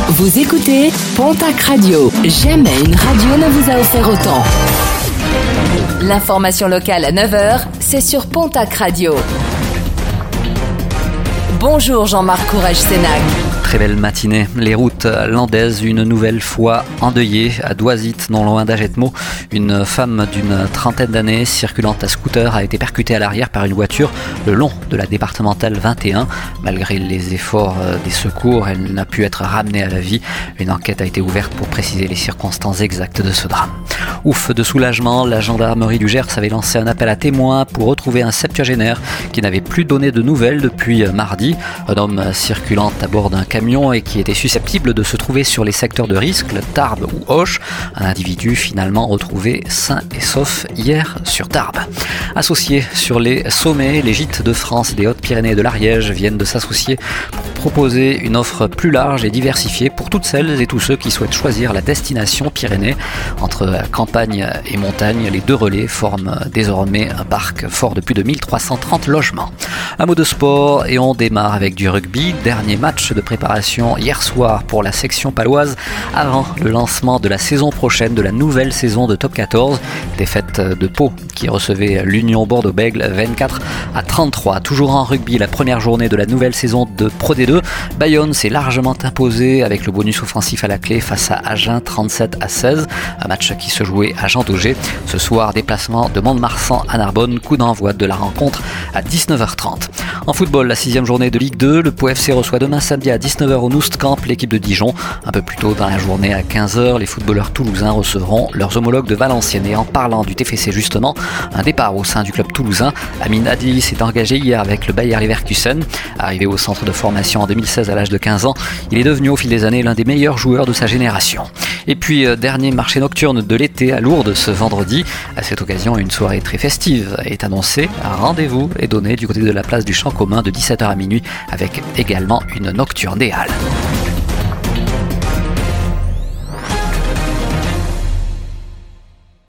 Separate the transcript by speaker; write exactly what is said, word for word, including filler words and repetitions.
Speaker 1: Vous écoutez Pontac Radio. Jamais une radio ne vous a offert autant. L'information locale à neuf heures, c'est sur Pontac Radio. Bonjour Jean-Marc Courage-Sénac.
Speaker 2: Très belle matinée. Les routes landaises une nouvelle fois endeuillées. À Doisite, non loin d'Agetmo, une femme d'une trentaine d'années circulant à scooter a été percutée à l'arrière par une voiture le long de la départementale vingt et un. Malgré les efforts des secours, elle n'a pu être ramenée à la vie. Une enquête a été ouverte pour préciser les circonstances exactes de ce drame. Ouf de soulagement, la gendarmerie du Gers avait lancé un appel à témoins pour retrouver un septuagénaire qui n'avait plus donné de nouvelles depuis mardi. Un homme circulant à bord d'un camion et qui était susceptible de se trouver sur les secteurs de risque, le Tarbes ou Auch. Un individu finalement retrouvé sain et sauf hier sur Tarbes. Associés sur les sommets, les gîtes de France, des Hautes-Pyrénées et de l'Ariège viennent de s'associer pour proposer une offre plus large et diversifiée pour toutes celles et tous ceux qui souhaitent choisir la destination Pyrénées. Entre campagne et montagne, les deux relais forment désormais un parc fort de plus de mille trois cent trente logements. Un mot de sport et on démarre avec du rugby. Dernier match de préparation hier soir pour la section paloise avant le lancement de la saison prochaine de la nouvelle saison de Top quatorze. Défaite de Pau qui recevait l'Union Bordeaux-Bègles vingt-quatre à trente-trois. Toujours en rugby, la première journée de la nouvelle saison de Pro D deux. Bayonne s'est largement imposé avec le bonus offensif à la clé face à Agen trente-sept à seize. Un match qui se jouait à Jean Daugé. Ce soir, déplacement de Mont-de-Marsan à Narbonne. Coup d'envoi de la rencontre à dix-neuf heures trente. En football, la sixième journée de Ligue deux, le Pau F C reçoit demain samedi à dix-neuf heures au Noustcamp l'équipe de Dijon. Un peu plus tôt dans la journée à quinze heures, les footballeurs toulousains recevront leurs homologues de Valenciennes. Et en parlant du T F C justement, un départ au sein du club toulousain. Amin Adli s'est engagé hier avec le Bayer Leverkusen. Arrivé au centre de formation en deux mille seize à l'âge de quinze ans, il est devenu au fil des années l'un des meilleurs joueurs de sa génération. Et puis, euh, dernier marché nocturne de l'été à Lourdes ce vendredi. À cette occasion, une soirée très festive est annoncée. Un rendez-vous est donné du côté de la place du Champ commun de dix-sept heures à minuit avec également une nocturne des Halles.